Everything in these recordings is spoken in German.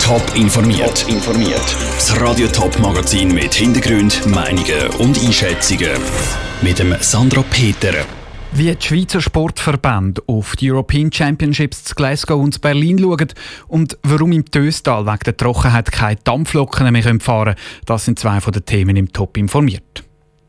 Top informiert. Das Radio Top Magazin mit Hintergrund, Meinungen und Einschätzungen mit dem Sandra Peter. Wie die Schweizer Sportverbände auf die European Championships zu Glasgow und zu Berlin schauen und warum im Töstal wegen der Trockenheit keine Dampfloken mehr fahren können, das sind zwei von den Themen im Top informiert.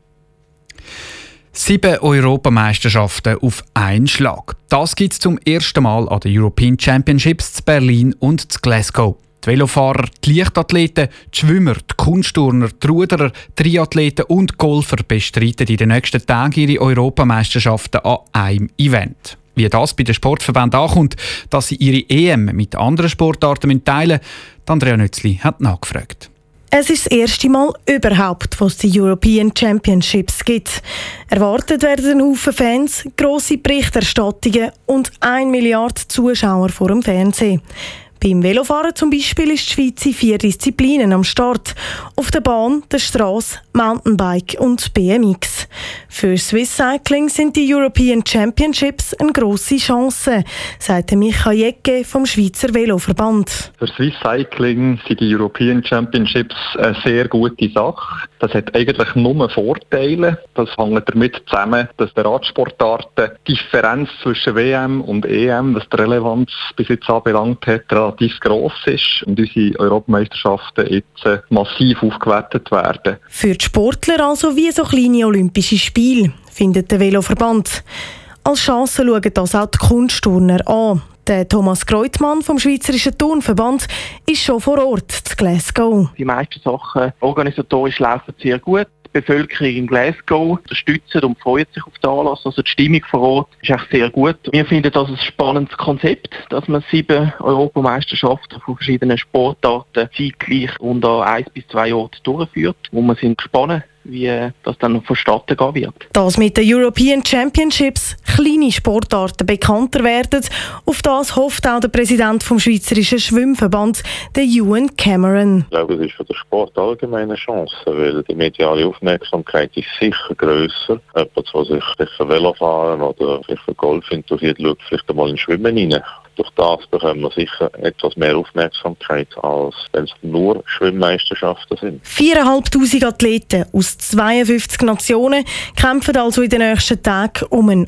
7 Europameisterschaften auf einen Schlag. Das gibt es zum ersten Mal an den European Championships zu Berlin und zu Glasgow. Die Velofahrer, die Leichtathleten, die Schwimmer, die Kunstturner, die Ruderer, die Triathleten und die Golfer bestreiten in den nächsten Tagen ihre Europameisterschaften an einem Event. Wie das bei den Sportverbänden ankommt, dass sie ihre EM mit anderen Sportarten teilen müssen, Andrea Nützli hat nachgefragt. Es ist das erste Mal überhaupt, was es die European Championships gibt. Erwartet werden ein Haufen Fans, grosse Berichterstattungen und 1 Milliarde Zuschauer vor dem Fernsehen. Beim Velofahren zum Beispiel ist die Schweiz in 4 Disziplinen am Start. Auf der Bahn, der Strasse, Mountainbike und BMX. Für Swiss Cycling sind die European Championships eine grosse Chance, sagt Michael Jecke vom Schweizer Veloverband. Für Swiss Cycling sind die European Championships eine sehr gute Sache. Das hat eigentlich nur Vorteile. Das hängt damit zusammen, dass der Radsportarten die Differenz zwischen WM und EM, was die Relevanz bis jetzt anbelangt hat, relativ gross ist und unsere Europameisterschaften jetzt massiv aufgewertet werden. Für die Sportler also wie so kleine Olympische Spiele, findet der Veloverband. Als Chance schauen das auch die Kunstturner an. Der Thomas Kreutmann vom Schweizerischen Turnverband ist schon vor Ort zu Glasgow. Die meisten Sachen organisatorisch laufen sehr gut. Die Bevölkerung in Glasgow unterstützt und freut sich auf den Anlass. Also die Stimmung vor Ort ist echt sehr gut. Wir finden das ein spannendes Konzept, dass man 7 Europameisterschaften von verschiedenen Sportarten zeitgleich unter 1 bis 2 Orten durchführt. Und wir sind gespannt, wie das dann vonstatten gehen wird. Dass mit den European Championships kleine Sportarten bekannter werden, auf das hofft auch der Präsident vom Schweizerischen Schwimmverband, der Ewan Cameron. Ich glaube, das ist für den Sport allgemein eine Chance, weil die mediale Aufmerksamkeit ist sicher grösser. Jemand, der sich für Velofahren oder sich für Golf interessiert, schaut vielleicht einmal in Schwimmen rein. Durch das bekommen wir sicher etwas mehr Aufmerksamkeit, als wenn es nur Schwimmmeisterschaften sind. 4'500 Athleten aus 52 Nationen kämpfen also in den nächsten Tagen um einen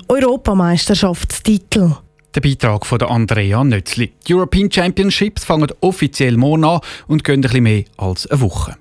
Europameisterschaftstitel. Der Beitrag von Andrea Nützli. Die European Championships fangen offiziell morgen an und gehen ein bisschen mehr als eine Woche.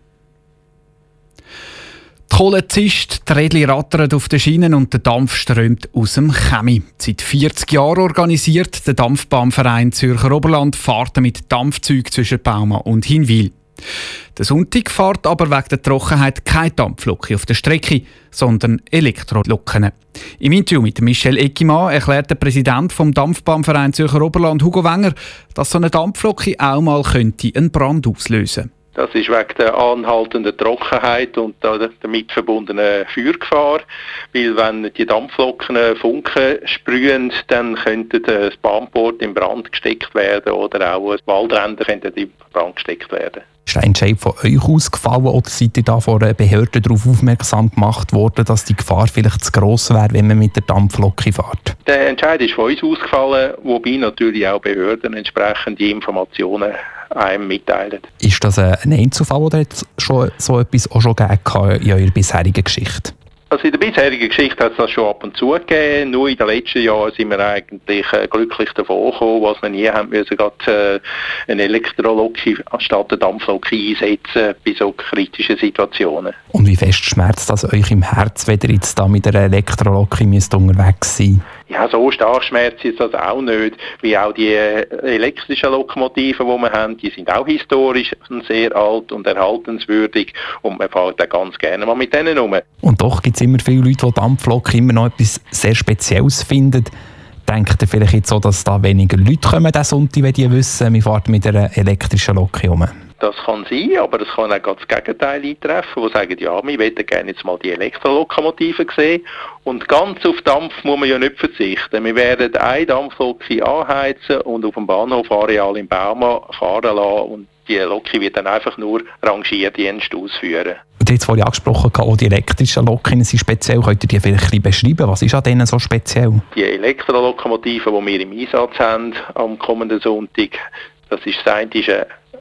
Die Kohle zischt, die Rädchen rattern auf den Schienen und der Dampf strömt aus dem Chemie. Seit 40 Jahren organisiert der Dampfbahnverein Zürcher Oberland Fahrten mit Dampfzügen zwischen Bauma und Hinwil. Der Sonntag fährt aber wegen der Trockenheit keine Dampflok auf der Strecke, sondern Elektroloken. Im Interview mit Michel Eckimann erklärt der Präsident vom Dampfbahnverein Zürcher Oberland, Hugo Wenger, dass so eine Dampflok auch mal einen Brand auslösen könnte. Das ist wegen der anhaltenden Trockenheit und der damit verbundenen Feuergefahr. Weil wenn die Dampfloken Funken sprühen, dann könnte das Bahnbord in Brand gesteckt werden oder auch Waldränder könnten in Brand gesteckt werden. Ist der Entscheid von euch ausgefallen oder seid ihr da von einer Behörde darauf aufmerksam gemacht worden, dass die Gefahr vielleicht zu gross wäre, wenn man mit der Dampflok fährt? Der Entscheid ist von uns ausgefallen, wobei natürlich auch Behörden entsprechende Informationen einem mitteilen. Ist das ein Einzelfall oder hat es schon so etwas auch schon gegeben in eurer bisherigen Geschichte? Also in der bisherigen Geschichte hat es das schon ab und zu gegeben. Nur in den letzten Jahren sind wir eigentlich glücklich davon gekommen, was wir nie haben müssen, gerade eine Elektrolok anstatt eine Dampflok einsetzen bei so kritischen Situationen. Und wie fest schmerzt das euch im Herz, wenn ihr jetzt da mit einer Elektrolok unterwegs seid? Ja, so stark schmerzt jetzt das auch nicht, wie auch die elektrischen Lokomotiven, die wir haben, die sind auch historisch sehr alt und erhaltenswürdig und man fährt auch ganz gerne mal mit denen rum. Und doch gibt es immer viele Leute, die Dampflok immer noch etwas sehr Spezielles finden. Denkt ihr vielleicht jetzt so, dass da weniger Leute kommen, diesen Sonntag, wenn die wissen, wir fahren mit einer elektrischen Lok um? Das kann sein, aber es kann auch das Gegenteil eintreffen, die sagen, ja, wir möchten gerne jetzt mal die Elektrolokomotiven sehen. Und ganz auf Dampf muss man ja nicht verzichten. Wir werden eine Dampflok anheizen und auf dem Bahnhofareal in Bauma fahren lassen und die Lok wird dann einfach nur Rangierdienst ausführen. Und jetzt vorhin angesprochen, auch die elektrischen Lokomotiven sind speziell. Könnt ihr die vielleicht ein bisschen beschreiben? Was ist an denen so speziell? Die Elektrolokomotiven, die wir im Einsatz haben am kommenden Sonntag, das eine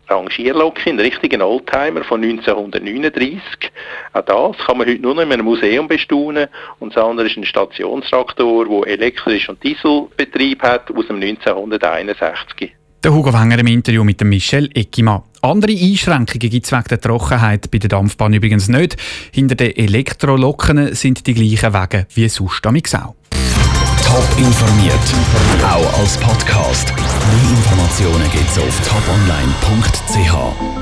Rangierlok, ein richtiger Oldtimer von 1939. Auch das kann man heute nur noch in einem Museum bestaunen. Und das andere ist ein Stationstraktor, der elektrisch und Dieselbetrieb hat, aus dem 1961. Der Hugo Wenger im Interview mit dem Michel Eckimann. Andere Einschränkungen gibt es wegen der Trockenheit bei der Dampfbahn übrigens nicht. Hinter den Elektroloken sind die gleichen Wege wie sonst auch. Top informiert, auch als Podcast. Mehr Informationen gibt's auf toponline.ch.